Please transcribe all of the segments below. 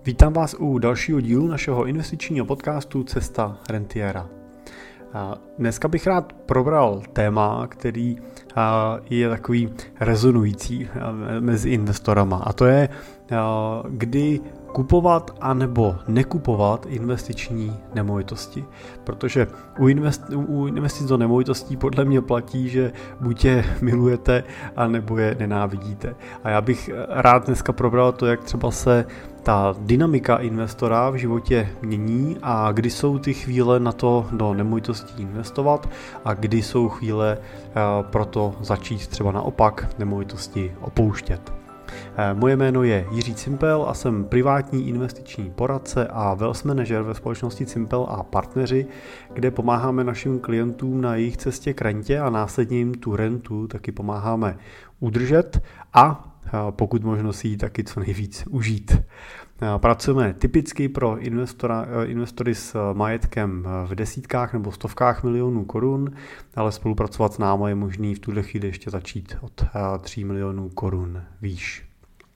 Vítám vás u dalšího dílu našeho investičního podcastu Cesta rentiera. Dneska bych rád probral téma, který je takový rezonující mezi investorama, a to je, kdy kupovat anebo nekupovat investiční nemovitosti. Protože u investic do nemovitostí podle mě platí, že buď je milujete, anebo je nenávidíte. A já bych rád dneska probral to, jak třeba se ta dynamika investora v životě mění a kdy jsou ty chvíle na to do nemovitostí investovat a kdy jsou chvíle pro to začít třeba naopak nemovitosti opouštět. Moje jméno je Jiří Cimpel a jsem privátní investiční poradce a wealth manager ve společnosti Cimpel a partneři, kde pomáháme našim klientům na jejich cestě k rentě a následně jim tu rentu taky pomáháme udržet a pokud možno si ji taky co nejvíc užít. Pracujeme typicky pro investory s majetkem v desítkách nebo stovkách milionů korun, ale spolupracovat s námi je možný v tuhle chvíli ještě začít od 3 milionů korun výš.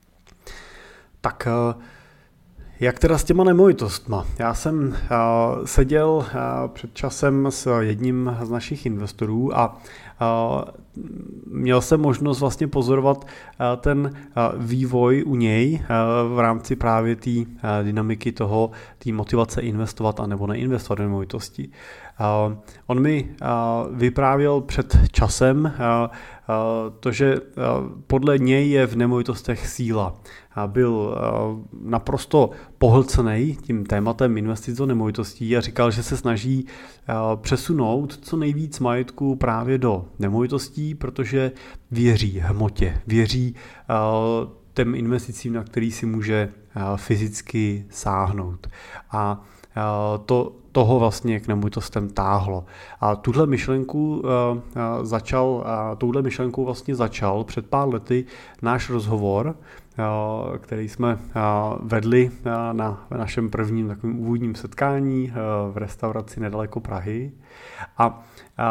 Tak jak teda s těma nemovitostma? Já jsem seděl před časem s jedním z našich investorů a měl jsem možnost vlastně pozorovat ten vývoj u něj v rámci právě té dynamiky té motivace investovat a nebo neinvestovat do nemovitosti. On mi vyprávěl před časem to, že podle něj je v nemovitostech síla. Byl naprosto pohlcený tím tématem investic do nemovitostí a říkal, že se snaží přesunout co nejvíc majetku právě do nemovitostí, protože věří hmotě, věří těm investicím, na který si může fyzicky sáhnout. A toho vlastně k nemovitostem táhlo. A touhle myšlenkou vlastně začal před pár lety náš rozhovor, který jsme vedli na našem prvním takovém úvodním setkání v restauraci nedaleko Prahy. A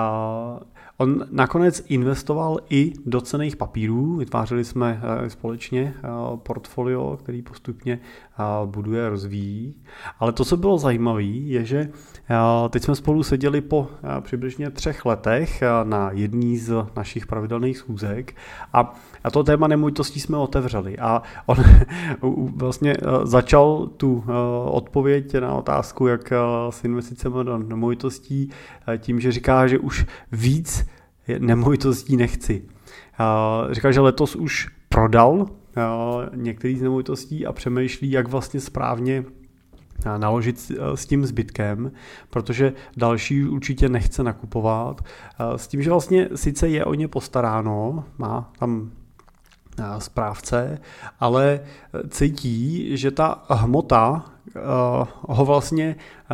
on nakonec investoval i do cenných papírů, vytvářeli jsme společně portfolio, který postupně buduje a rozvíjí. Ale to, co bylo zajímavé, je, že teď jsme spolu seděli po přibližně 3 letech na jedný z našich pravidelných schůzek a to téma nemovitostí jsme otevřeli. A on vlastně začal tu odpověď na otázku, jak s investicemi do nemovitostí, tím, že říká, že už víc nemovitostí nechci. Říkal, že letos už prodal některý z nemovitostí a přemýšlí, jak vlastně správně naložit s tím zbytkem, protože další určitě nechce nakupovat. S tím, že vlastně sice je o ně postaráno, má tam správce, ale cítí, že ta hmota ho vlastně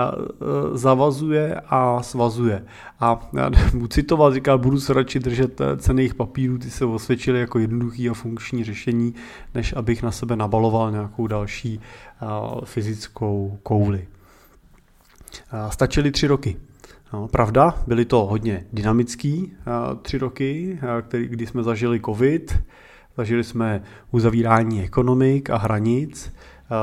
zavazuje a svazuje. A budu citovat, říkal, budu se radši držet cenných papírů, ty se osvědčily jako jednoduchý a funkční řešení, než abych na sebe nabaloval nějakou další fyzickou kouli. Stačily 3 roky. No, pravda, byly to hodně dynamický 3 roky, kdy jsme zažili covid, zažili jsme uzavírání ekonomik a hranic,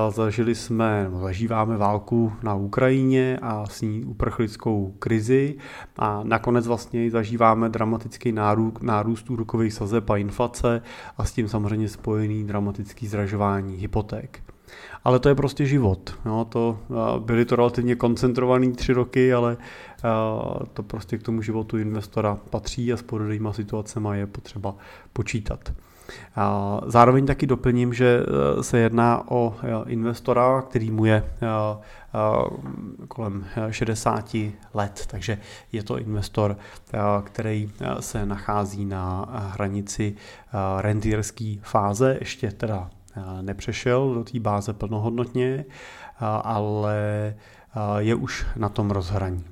zažíváme válku na Ukrajině a s ní uprchlickou krizi a nakonec vlastně zažíváme dramatický nárůst úrokových sazeb a inflace a s tím samozřejmě spojený dramatický zdražování hypoték. Ale to je prostě život. No, byly to relativně koncentrovaný 3 roky, ale to prostě k tomu životu investora patří a s podobnýma situacemi je potřeba počítat. Zároveň taky doplním, že se jedná o investora, který mu je kolem 60 let, takže je to investor, který se nachází na hranici rentierské fáze, ještě teda nepřešel do té báze plnohodnotně, ale je už na tom rozhraní.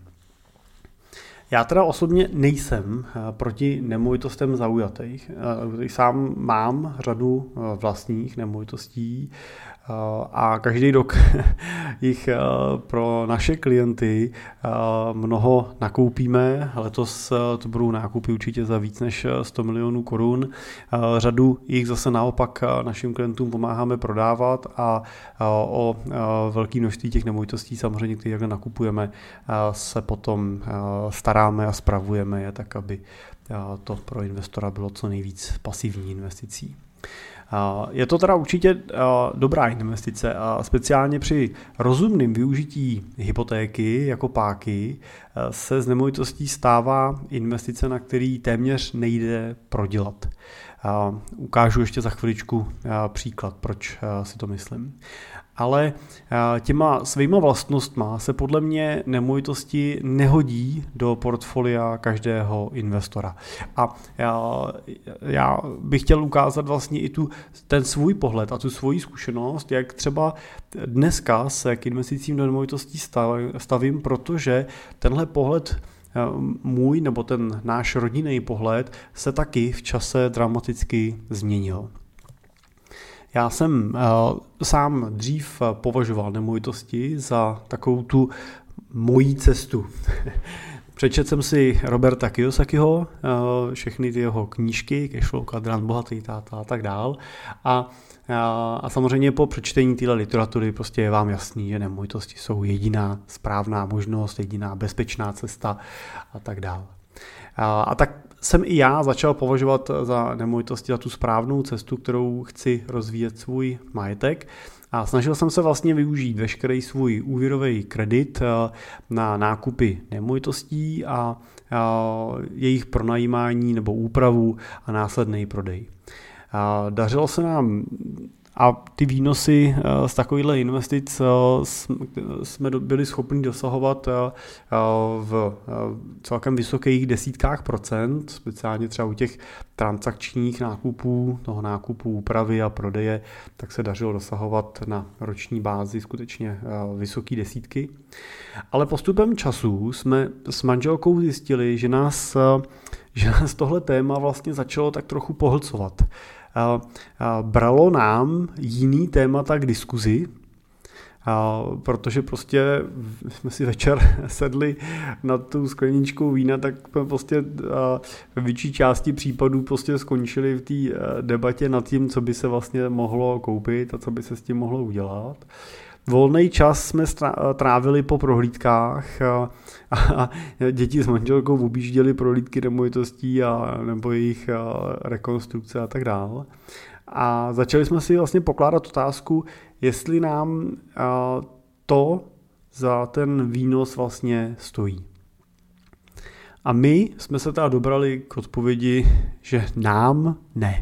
Já teda osobně nejsem proti nemovitostem zaujatých. Sám mám řadu vlastních nemovitostí. a každý rok jich pro naše klienty mnoho nakoupíme. Letos to budou nákupy určitě za víc než 100 milionů korun. Řadu jich zase naopak našim klientům pomáháme prodávat a o velké množství těch nemovitostí samozřejmě, které takhle nakupujeme, se potom staráme a spravujeme je tak, aby to pro investora bylo co nejvíc pasivní investicí. Je to teda určitě dobrá investice a speciálně při rozumném využití hypotéky jako páky se z nemovitostí stává investice, na který téměř nejde prodělat. Ukážu ještě za chviličku příklad, proč si to myslím. Ale těma svýma vlastnostma se podle mě nemovitosti nehodí do portfolia každého investora. A já bych chtěl ukázat vlastně i ten svůj pohled a tu svoji zkušenost, jak třeba dneska se k investicím do nemovitostí stavím, protože tenhle pohled můj nebo ten náš rodinný pohled se taky v čase dramaticky změnil. Já jsem sám dřív považoval nemovitosti za takovou tu mojí cestu. Přečetl jsem si Roberta Kiyosakiho, všechny ty jeho knížky, Cashflow Kvadrant, Bohatý táta a tak dál. A samozřejmě po přečtení téhle literatury prostě je vám jasný, že nemovitosti jsou jediná správná možnost, jediná bezpečná cesta a tak dál. A tak jsem i já začal považovat za nemovitosti za tu správnou cestu, kterou chci rozvíjet svůj majetek. A snažil jsem se vlastně využít veškerý svůj úvěrový kredit na nákupy nemovitostí a jejich pronajímání nebo úpravu a následný prodej. Dařilo se nám a ty výnosy z takovýchhle investic jsme byli schopni dosahovat v celkem vysokých desítkách procent, speciálně třeba u těch transakčních nákupů, toho nákupu, úpravy a prodeje, tak se dařilo dosahovat na roční bázi skutečně vysoké desítky. Ale postupem času jsme s manželkou zjistili, že nás tohle téma vlastně začalo tak trochu pohlcovat. Bralo nám jiný témata k diskuzi, protože prostě jsme si večer sedli na tu skleničku vína, tak jsme prostě ve větší části případů prostě skončili v té debatě nad tím, co by se vlastně mohlo koupit a co by se s tím mohlo udělat. Volný čas jsme trávili po prohlídkách a děti s manželkou objížděli prohlídky nemovitostí nebo jejich rekonstrukce a tak dále. A začali jsme si vlastně pokládat otázku, jestli nám to za ten výnos vlastně stojí. A my jsme se teda dobrali k odpovědi, že nám ne.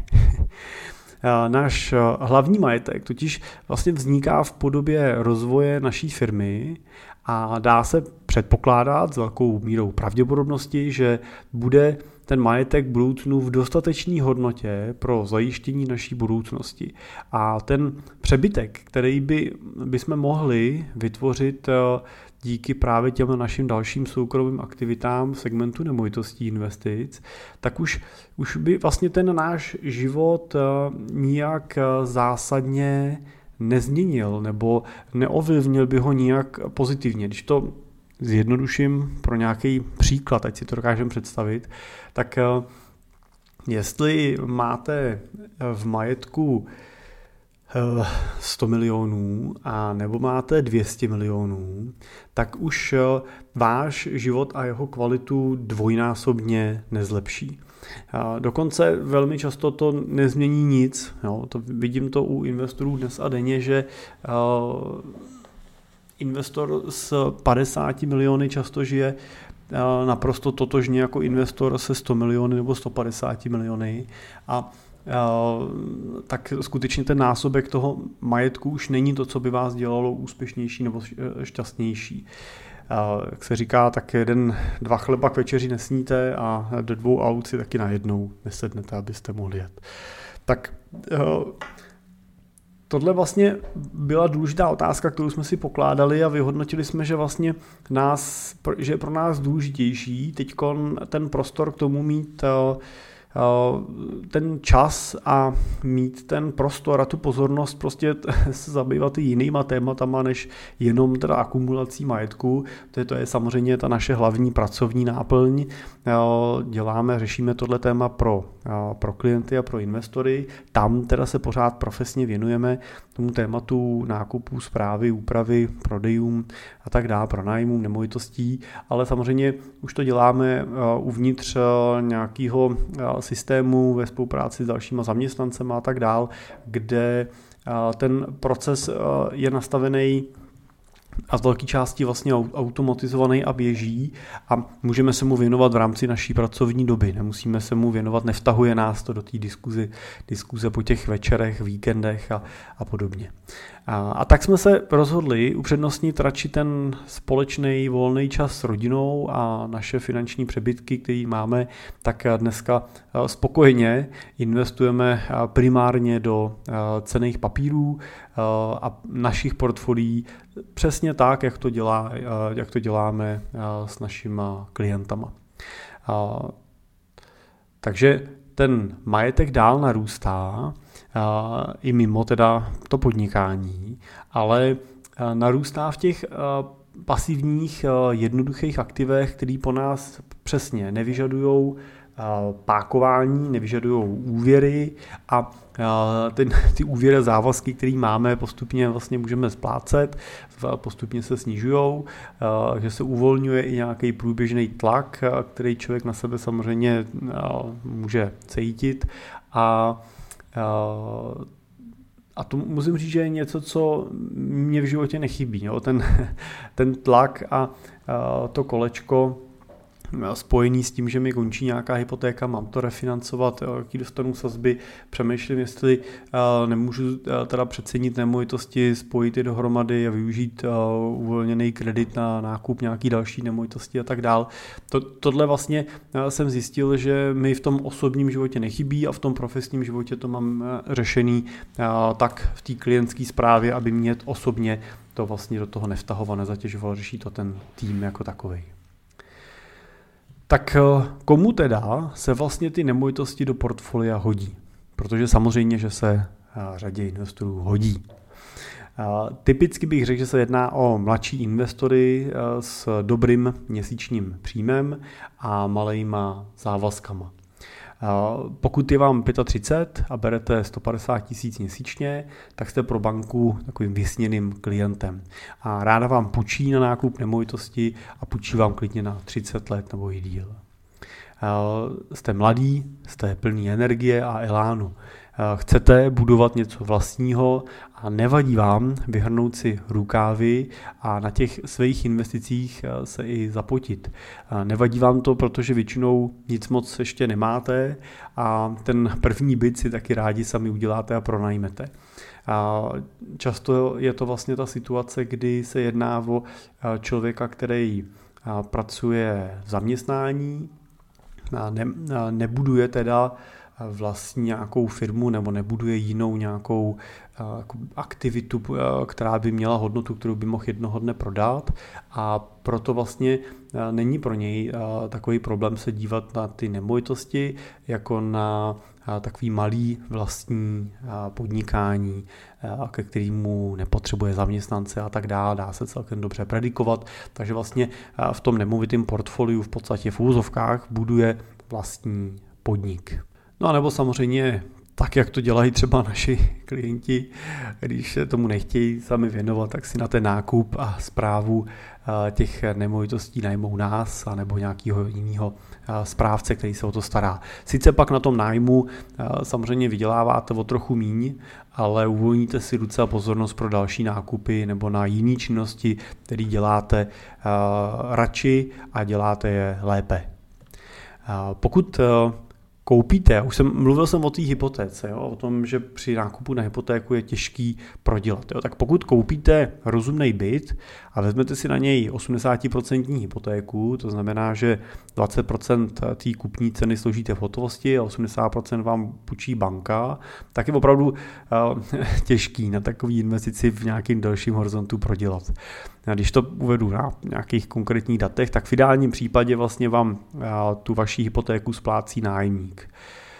Náš hlavní majetek totiž vlastně vzniká v podobě rozvoje naší firmy a dá se předpokládat s velkou mírou pravděpodobnosti, že bude ten majetek v budoucnu v dostatečné hodnotě pro zajištění naší budoucnosti. A ten přebytek, který bychom mohli vytvořit díky právě těm našim dalším soukromým aktivitám v segmentu nemovitostí investic, tak už by vlastně ten náš život nijak zásadně nezměnil nebo neovlivnil by ho nijak pozitivně. Když to zjednoduším pro nějaký příklad, ať si to dokážeme představit, tak jestli máte v majetku 100 milionů a nebo máte 200 milionů, tak už váš život a jeho kvalitu dvojnásobně nezlepší. Dokonce velmi často to nezmění nic. Vidím to u investorů dnes a denně, že investor s 50 miliony často žije naprosto totožně jako investor se 100 miliony nebo 150 miliony a tak skutečně ten násobek toho majetku už není to, co by vás dělalo úspěšnější nebo šťastnější. Jak se říká, tak dva chleba k večeři nesníte a do 2 aut si taky najednou nesednete, abyste mohli jet. Tak tohle vlastně byla důležitá otázka, kterou jsme si pokládali a vyhodnotili jsme, že vlastně že je pro nás důležitější teď ten prostor k tomu mít ten čas a mít ten prostor a tu pozornost prostě se zabývat i jinýma tématama, než jenom teda akumulací majetku. To je samozřejmě ta naše hlavní pracovní náplň. Řešíme tohle téma pro klienty a pro investory. Tam teda se pořád profesně věnujeme tomu tématu nákupů, správy, úpravy, prodejům a tak dále, pronájmům nemovitostí, ale samozřejmě už to děláme uvnitř nějakého systému ve spolupráci s dalšíma zaměstnancemi a tak dále, kde ten proces je nastavený a z velké části vlastně automatizovaný a běží a můžeme se mu věnovat v rámci naší pracovní doby. Nemusíme se mu věnovat, nevztahuje nás to do té diskuze po těch večerech, víkendech a podobně. A tak jsme se rozhodli upřednostnit radši ten společný volný čas s rodinou a naše finanční přebytky, které máme, tak dneska spokojeně investujeme primárně do cenných papírů a našich portfolií přesně tak, jak to děláme s našima klientama. Takže ten majetek dál narůstá, i mimo teda to podnikání, ale narůstá v těch pasivních jednoduchých aktivech, které po nás přesně nevyžadují pákování, nevyžadují úvěry a ty úvěry závazky, které máme, postupně vlastně můžeme splácet, postupně se snižují, že se uvolňuje i nějaký průběžný tlak, který člověk na sebe samozřejmě může cítit a to musím říct, že je něco, co mě v životě nechybí. Jo? Ten tlak a to kolečko spojený s tím, že mi končí nějaká hypotéka, mám to refinancovat, jaký dostanu sazby, přemýšlím, jestli nemůžu teda přecenit nemovitosti, spojit je dohromady a využít uvolněný kredit na nákup nějaký další nemovitosti a tak dál. Tohle vlastně jsem zjistil, že mi v tom osobním životě nechybí a v tom profesním životě to mám řešený tak v té klientské správě, aby mě osobně to vlastně do toho nevtahovalo, nezatěžovalo, řeší to ten tým jako takovej. Tak komu teda se vlastně ty nemovitosti do portfolia hodí? Protože samozřejmě, že se řadě investorů hodí. Typicky bych řekl, že se jedná o mladší investory s dobrým měsíčním příjmem a malejma závazkama. Pokud je vám 35 a berete 150 tisíc měsíčně, tak jste pro banku takovým vysněným klientem. A ráda vám půjčí na nákup nemovitosti a půjčí vám klidně na 30 let nebo i díl. Jste mladý, jste plný energie a elánu. Chcete budovat něco vlastního a nevadí vám vyhrnout si rukávy a na těch svých investicích se i zapotit. Nevadí vám to, protože většinou nic moc ještě nemáte a ten první byt si taky rádi sami uděláte a pronajmete. Často je to vlastně ta situace, kdy se jedná o člověka, který pracuje v zaměstnání, nebuduje teda vlastní nějakou firmu nebo nebuduje jinou nějakou aktivitu, která by měla hodnotu, kterou by mohl jednoho dne prodat a proto vlastně není pro něj takový problém se dívat na ty nemovitosti jako na takový malý vlastní podnikání, ke kterému nepotřebuje zaměstnance a tak dále, dá se celkem dobře predikovat, takže vlastně v tom nemovitém portfoliu v podstatě v úvozovkách buduje vlastní podnik. No a nebo samozřejmě tak, jak to dělají třeba naši klienti, když se tomu nechtějí sami věnovat, tak si na ten nákup a správu těch nemovitostí najmou nás a nebo nějakého jiného správce, který se o to stará. Sice pak na tom nájmu samozřejmě vyděláváte o trochu míň, ale uvolníte si ruce a pozornost pro další nákupy nebo na jiné činnosti, které děláte radši a děláte je lépe. Pokud koupíte, mluvil jsem o té hypotéce, o tom, že při nákupu na hypotéku je těžký prodělat. Tak pokud koupíte rozumný byt a vezmete si na něj 80% hypotéku, to znamená, že 20% té kupní ceny složíte v hotovosti a 80% vám půjčí banka, tak je opravdu těžký na takový investici v nějakým dalším horizontu prodělat. Když to uvedu na nějakých konkrétních datech, tak v ideálním případě vlastně vám tu vaši hypotéku splácí nájemník.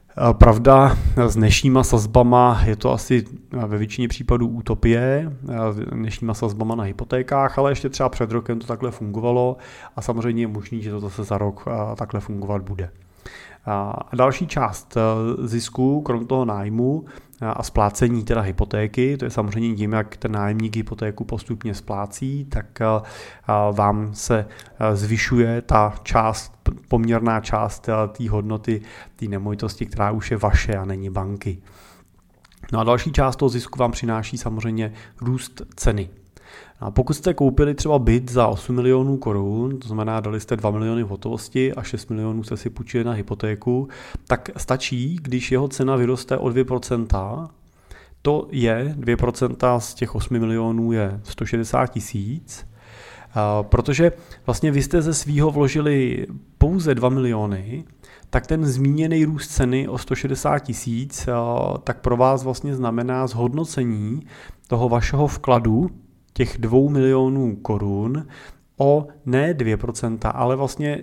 Pravda, s dnešníma sazbama je to asi ve většině případů utopie, dnešníma sazbama na hypotékách, ale ještě třeba před rokem to takhle fungovalo a samozřejmě je možný, že to zase za rok takhle fungovat bude. A další část zisku, krom toho nájmu a splácení teda hypotéky, to je samozřejmě tím, jak ten nájemník hypotéku postupně splácí, tak vám se zvyšuje ta poměrná část té hodnoty té nemovitosti, která už je vaše a není banky. No a další část toho zisku vám přináší samozřejmě růst ceny. A pokud jste koupili třeba byt za 8 milionů korun, to znamená dali jste 2 miliony v hotovosti a 6 milionů jste si půjčili na hypotéku, tak stačí, když jeho cena vyroste o 2%, to je 2% z těch 8 milionů je 160 000, protože vlastně vy jste ze svýho vložili pouze 2 miliony, tak ten zmíněný růst ceny o 160 000 tak pro vás vlastně znamená zhodnocení toho vašeho vkladu těch 2 milionů korun o ne 2%, ale vlastně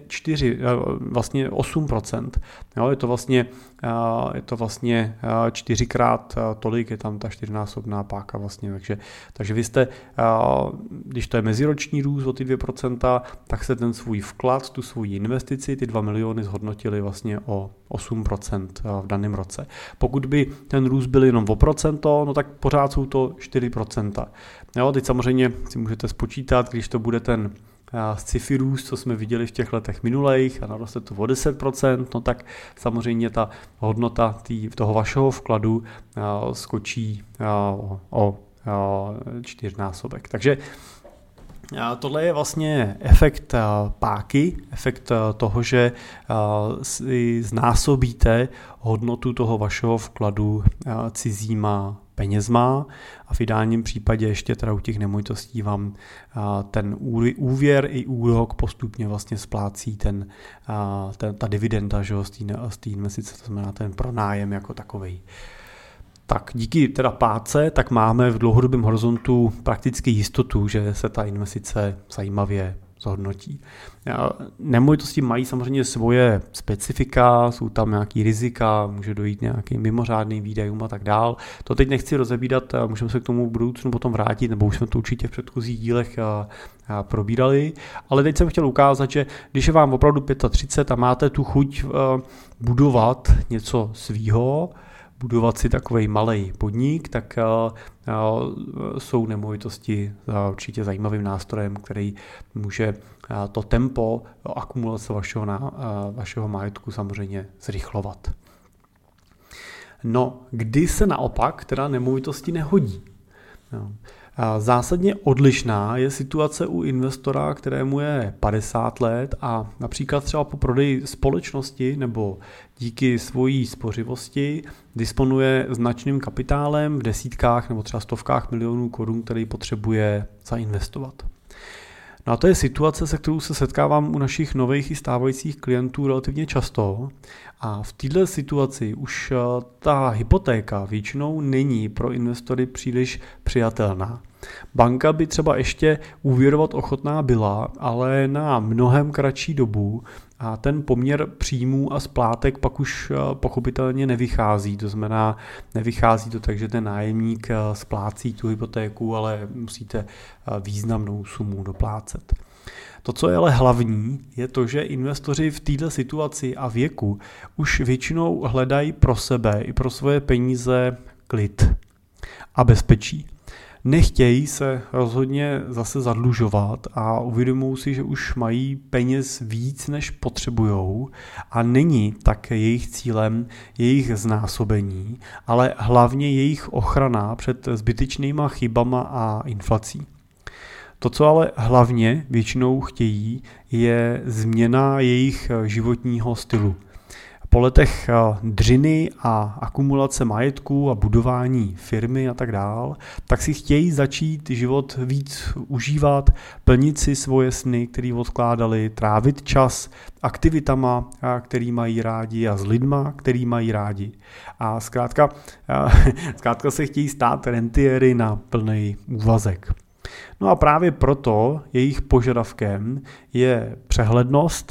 8%. Jo, je to vlastně 4x tolik, je tam ta 4násobná páka vlastně, takže vy jste, když to je meziroční růst o ty 2%, tak se ten svůj vklad, tu svoji investici, ty 2 miliony zhodnotili vlastně o 8% v daném roce. Pokud by ten růst byl jenom o procento, no tak pořád jsou to 4%. Jo, teď samozřejmě si můžete spočítat, když to bude ten sci-fi růst, co jsme viděli v těch letech minulejch a naroste to o 10%, no tak samozřejmě ta hodnota toho vašeho vkladu skočí o 4násobek. Takže tohle je vlastně efekt páky, efekt toho, že si znásobíte hodnotu toho vašeho vkladu cizíma penězma a v ideálním případě ještě teda u těch nemovitostí vám ten úvěr i úrok postupně vlastně splácí ta dividenda, že, z té investice, to znamená ten pronájem jako takovej. Tak díky teda páce, tak máme v dlouhodobém horizontu prakticky jistotu, že se ta investice zajímavě zhodnotí. Nemovitosti mají samozřejmě svoje specifika, jsou tam nějaký rizika, může dojít nějakým mimořádným výdajům a tak dál. To teď nechci rozebírat, můžeme se k tomu v budoucnu potom vrátit, nebo už jsme to určitě v předchozích dílech probírali, ale teď jsem chtěl ukázat, že když je vám opravdu 35 a máte tu chuť budovat něco svýho, budovat si takovej malej podnik, tak jsou nemovitosti určitě zajímavým nástrojem, který může to tempo akumulace vašeho majetku samozřejmě zrychlovat. No, kdy se naopak teda nemovitosti nehodí? No. Zásadně odlišná je situace u investora, kterému je 50 let a například třeba po prodeji společnosti nebo díky svojí spořivosti disponuje značným kapitálem v desítkách nebo třeba stovkách milionů korun, který potřebuje zainvestovat. No a to je situace, se kterou se setkávám u našich nových i stávajících klientů relativně často. A v této situaci už ta hypotéka většinou není pro investory příliš přijatelná. Banka by třeba ještě úvěrovat ochotná byla, ale na mnohem kratší dobu a ten poměr příjmů a splátek pak už pochopitelně nevychází. To znamená, nevychází to tak, že ten nájemník splácí tu hypotéku, ale musíte významnou sumu doplácet. To, co je ale hlavní, je to, že investoři v této situaci a věku už většinou hledají pro sebe i pro svoje peníze klid a bezpečí. Nechtějí se rozhodně zase zadlužovat a uvědomují si, že už mají peněz víc, než potřebujou a není tak jejich cílem jejich znásobení, ale hlavně jejich ochrana před zbytečnýma chybama a inflací. To, co ale hlavně většinou chtějí, je změna jejich životního stylu. Po letech dřiny a akumulace majetku a budování firmy a tak dál, tak si chtějí začít život víc užívat, plnit si svoje sny, které odkládali, trávit čas aktivitama, který mají rádi a s lidma, který mají rádi. A zkrátka se chtějí stát rentiéry na plný úvazek. No a právě proto jejich požadavkem je přehlednost,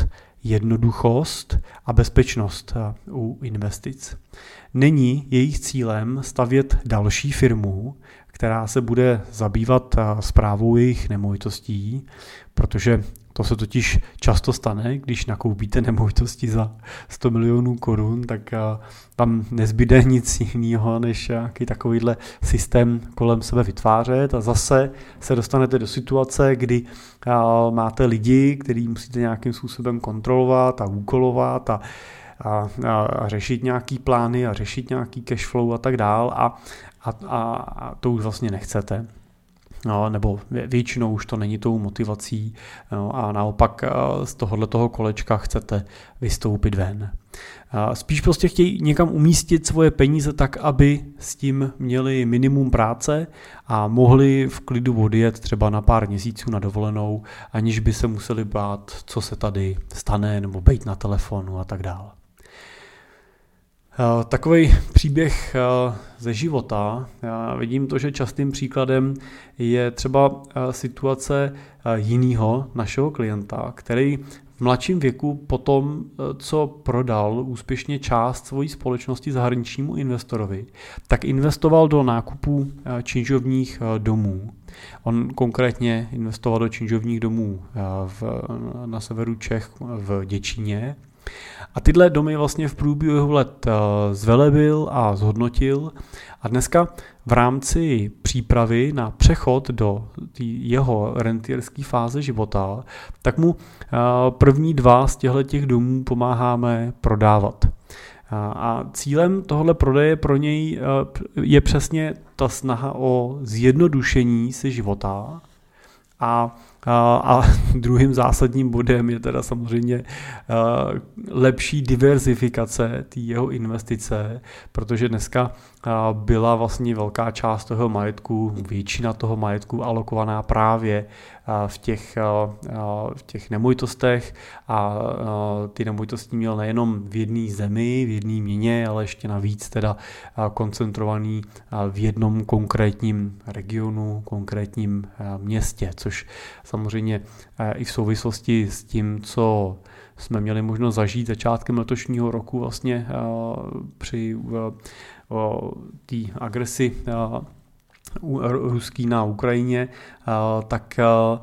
jednoduchost a bezpečnost u investic. Není jejich cílem stavět další firmu, která se bude zabývat správou jejich nemovitostí, protože to se totiž často stane, když nakoupíte nemovitosti za 100 milionů korun, tak tam nezbyde nic jiného, než jaký takovýhle systém kolem sebe vytvářet a zase se dostanete do situace, kdy máte lidi, který musíte nějakým způsobem kontrolovat a úkolovat a řešit nějaký plány a řešit nějaký cash flow a tak dál a to už vlastně nechcete. No, nebo většinou už to není tou motivací a naopak z tohoto kolečka chcete vystoupit ven. Spíš prostě chtějí někam umístit svoje peníze tak, aby s tím měli minimum práce a mohli v klidu odjet třeba na pár měsíců na dovolenou, aniž by se museli bát, co se tady stane, nebo být na telefonu a tak dále. Takový příběh ze života. Já vidím to, že častým příkladem je třeba situace jiného našeho klienta, který v mladším věku potom, co prodal úspěšně část svojí společnosti zahraničnímu investorovi, tak investoval do nákupu činžovních domů. On konkrétně investoval do činžovních domů na severu Čech v Děčíně. A tyhle domy vlastně v průběhu let zvelebil a zhodnotil a dneska v rámci přípravy na přechod do jeho rentierské fáze života, tak mu první 2 z těchto domů pomáháme prodávat. A cílem tohle prodeje pro něj je přesně ta snaha o zjednodušení si života a druhým zásadním bodem je teda samozřejmě lepší diverzifikace té jeho investice, protože dneska byla vlastně velká část toho majetku, většina toho majetku alokovaná právě v těch nemovitostech a ty nemovitosti měl nejenom v jedné zemi, v jedné měně, ale ještě navíc teda koncentrovaný v jednom konkrétním regionu, konkrétním městě, což samozřejmě i v souvislosti s tím, co jsme měli možnost zažít začátkem letošního roku vlastně při té agresi ruský na Ukrajině, tak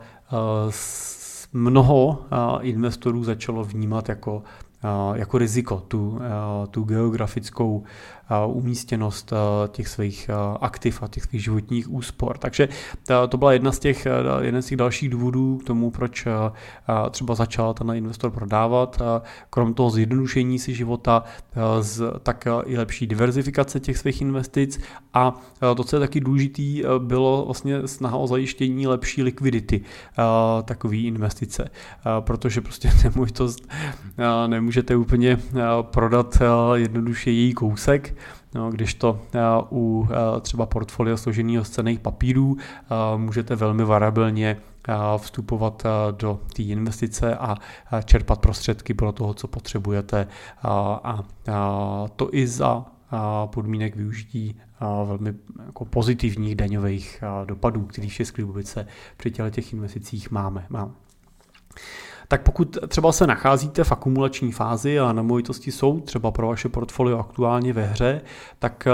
mnoho investorů začalo vnímat jako riziko tu geografickou umístěnost těch svých aktiv a těch svých životních úspor. Takže to byla jeden z těch dalších důvodů k tomu, proč třeba začal ten investor prodávat. Krom toho zjednodušení si života, tak i lepší diverzifikace těch svých investic a to, co je taky důležitý, bylo vlastně snaha o zajištění lepší likvidity takové investice, protože prostě nemovitost nemůžete úplně prodat jednoduše její kousek, když to u třeba portfolia složeného z cenných papírů můžete velmi variabilně vstupovat do té investice a čerpat prostředky pro toho, co potřebujete a to i za podmínek využití velmi jako pozitivních daňových dopadů, který v České republice při těch investicích máme. Tak pokud třeba se nacházíte v akumulační fázi a nemovitosti jsou třeba pro vaše portfolio aktuálně ve hře, tak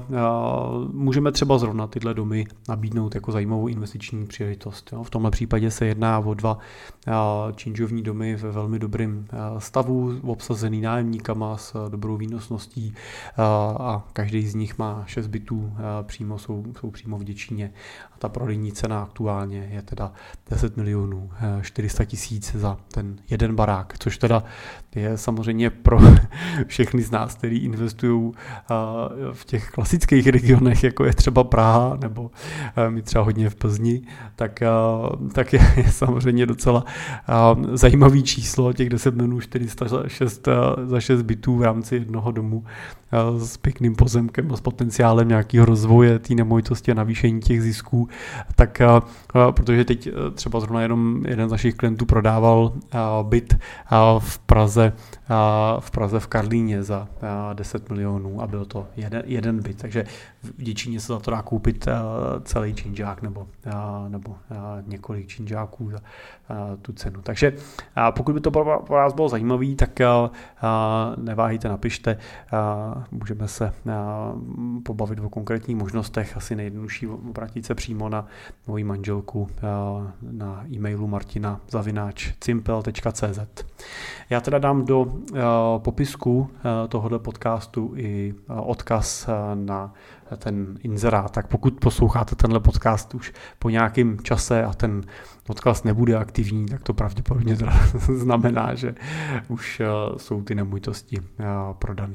můžeme třeba zrovna tyhle domy nabídnout jako zajímavou investiční příležitost. V tomhle případě se jedná o 2 činžovní domy ve velmi dobrém stavu, obsazený nájemníkama s dobrou výnosností a každý z nich má 6 bytů, jsou přímo v Děčíně. A ta prodejní cena aktuálně je teda 10 milionů 400 tisíc za ten jeden barák, což teda je samozřejmě pro všechny z nás, kteří investují v těch klasických regionech, jako je třeba Praha nebo my třeba hodně v Plzni, tak je samozřejmě docela zajímavý číslo, těch 10 milionů 400 za 6 bytů v rámci jednoho domu s pěkným pozemkem a s potenciálem nějakého rozvoje té nemovitosti a navýšení těch zisků, tak protože teď třeba zrovna jenom jeden z našich klientů prodával byt v Praze v Karlíně za 10 milionů a byl to jeden byt, takže v Děčíně se za to dá koupit celý činžák nebo několik činžáků za tu cenu. Takže pokud by to pro vás bylo zajímavé, tak neváhejte, napište, můžeme se pobavit o konkrétních možnostech. Asi nejjednodušší obrátit se přímo na moji manželku na e-mailu martina@cimpel.cz. Já teda dám do popisku tohoto podcastu i odkaz na ten inzerát. Tak pokud posloucháte tenhle podcast už po nějakém čase a ten odkaz nebude aktivní, tak to pravděpodobně znamená, že už jsou ty nemovitosti prodané.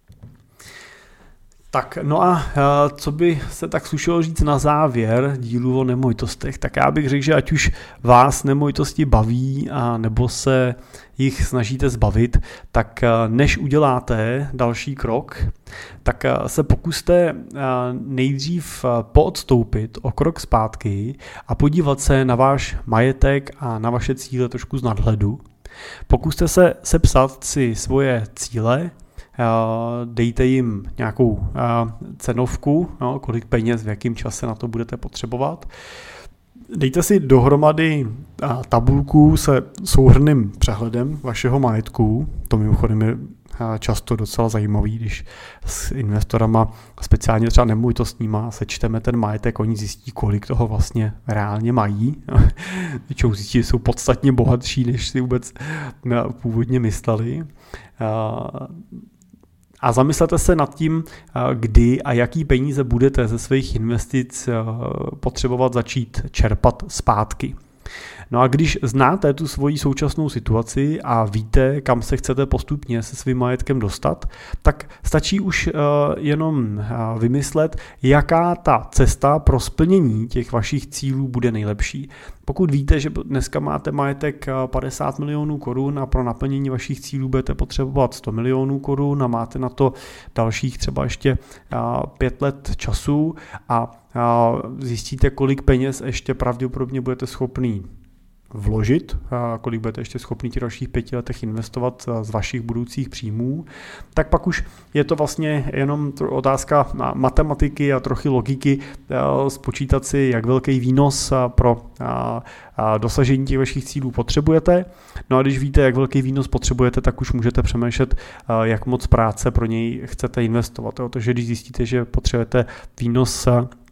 Tak, no a co by se tak slušelo říct na závěr dílu o nemovitostech, tak já bych řekl, že ať už vás nemovitosti baví a nebo se jich snažíte zbavit, tak než uděláte další krok, tak se pokuste nejdřív poodstoupit o krok zpátky a podívat se na váš majetek a na vaše cíle trošku z nadhledu. Pokuste se sepsat si svoje cíle, dejte jim nějakou cenovku, kolik peněz, v jakém čase na to budete potřebovat. Dejte si dohromady tabulku se souhrnným přehledem vašeho majetku. To mimochodem je často docela zajímavý, když s investorama, speciálně třeba nemovitostníma, sečteme ten majetek, oni zjistí, kolik toho vlastně reálně mají. Většinou zjistí, že jsou podstatně bohatší, než si vůbec původně mysleli. A zamyslete se nad tím, kdy a jaký peníze budete ze svých investic potřebovat začít čerpat zpátky. No a když znáte tu svoji současnou situaci a víte, kam se chcete postupně se svým majetkem dostat, tak stačí už jenom vymyslet, jaká ta cesta pro splnění těch vašich cílů bude nejlepší. Pokud víte, že dneska máte majetek 50 milionů korun a pro naplnění vašich cílů budete potřebovat 100 milionů korun a máte na to dalších třeba ještě 5 let času a zjistíte, kolik peněz ještě pravděpodobně budete schopný vložit, kolik budete ještě schopni těch dalších 5 letech investovat z vašich budoucích příjmů, tak pak už je to vlastně jenom otázka matematiky a trochu logiky spočítat si, jak velký výnos pro dosažení těch vašich cílů potřebujete. No a když víte, jak velký výnos potřebujete, tak už můžete přemýšlet, jak moc práce pro něj chcete investovat. Protože když zjistíte, že potřebujete výnos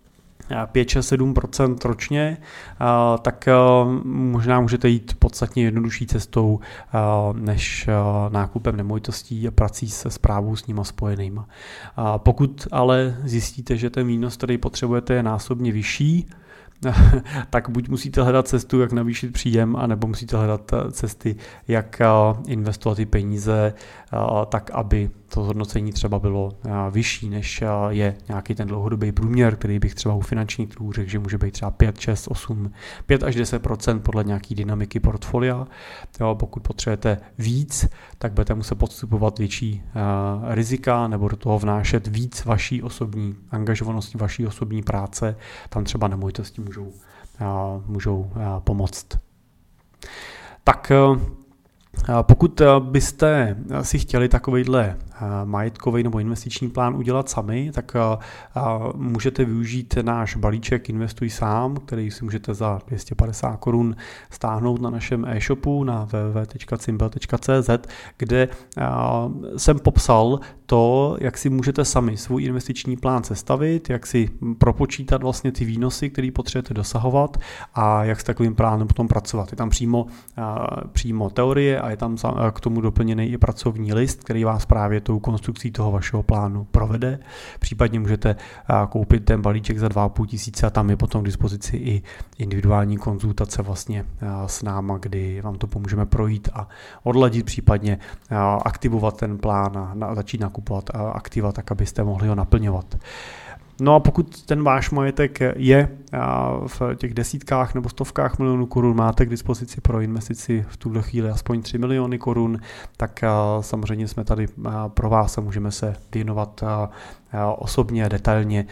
5-7% ročně, tak možná můžete jít podstatně jednodušší cestou než nákupem nemovitostí a prací se správou s nima spojenýma. Pokud ale zjistíte, že ten výnos, který potřebujete, je násobně vyšší, tak buď musíte hledat cestu, jak navýšit příjem, anebo musíte hledat cesty, jak investovat ty peníze tak, aby to hodnocení třeba bylo vyšší, než je nějaký ten dlouhodobý průměr, který bych třeba u finančních trhů řekl, že může být třeba 5, 6, 8, 5 až 10% podle nějaký dynamiky portfolia. Pokud potřebujete víc, tak budete muset podstupovat větší rizika nebo do toho vnášet víc vaší osobní angažovanosti, vaší osobní práce. Tam třeba nemovitosti můžou pomoct. Tak pokud byste si chtěli takovejhle majetkový nebo investiční plán udělat sami, tak můžete využít náš balíček Investuj sám, který si můžete za 250 korun stáhnout na našem e-shopu na www.cimpel.cz, kde jsem popsal to, jak si můžete sami svůj investiční plán sestavit, jak si propočítat vlastně ty výnosy, které potřebujete dosahovat a jak s takovým plánem potom pracovat. Je tam přímo teorie a je tam k tomu doplněný i pracovní list, který vás právě tou konstrukcí toho vašeho plánu provede. Případně můžete koupit ten balíček za 2 500 a tam je potom k dispozici i individuální konzultace vlastně s náma, kdy vám to pomůžeme projít a odladit, případně aktivovat ten plán a začít nakupovat aktiva tak, abyste mohli ho naplňovat. No a pokud ten váš majetek je v těch desítkách nebo stovkách milionů korun, máte k dispozici pro investici v tuhle chvíli aspoň 3 miliony korun, tak samozřejmě jsme tady pro vás a můžeme se věnovat osobně, detailně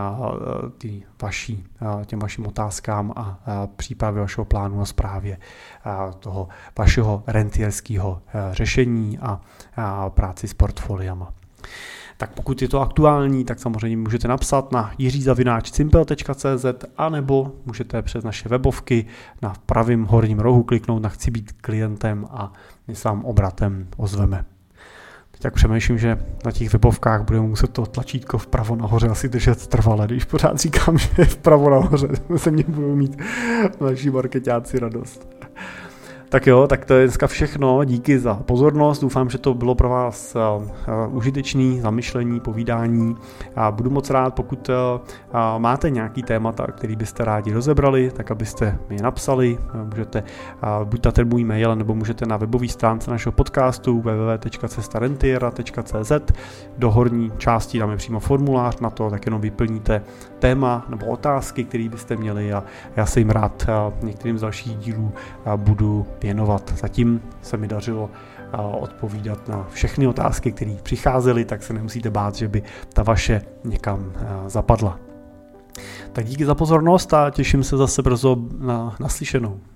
těm vašim otázkám a přípravě vašeho plánu a správě toho vašeho rentierského řešení a práci s portfoliama. Tak pokud je to aktuální, tak samozřejmě můžete napsat na jiří@cimpel.cz a nebo můžete přes naše webovky na pravém horním rohu kliknout na chci být klientem a my se vám obratem ozveme. Teď tak přemýšlím, že na těch webovkách budeme muset to tlačítko vpravo nahoře asi držet trvale, když pořád říkám, že je vpravo nahoře, se mě budou mít naši marketáci radost. Tak jo, tak to je dneska všechno, díky za pozornost, doufám, že to bylo pro vás užitečné zamyšlení, povídání a budu moc rád, pokud máte nějaký témata, který byste rádi rozebrali, tak abyste mi je napsali, můžete buď na ten můj mail, nebo můžete na webové stránce našeho podcastu www.cestarentiera.cz do horní části dáme přímo formulář na to, tak jenom vyplníte téma nebo otázky, které byste měli a já se jim rád některým z dalších dílů budu věnovat. Zatím se mi dařilo odpovídat na všechny otázky, které přicházely, tak se nemusíte bát, že by ta vaše někam zapadla. Tak díky za pozornost a těším se zase brzo na naslyšenou.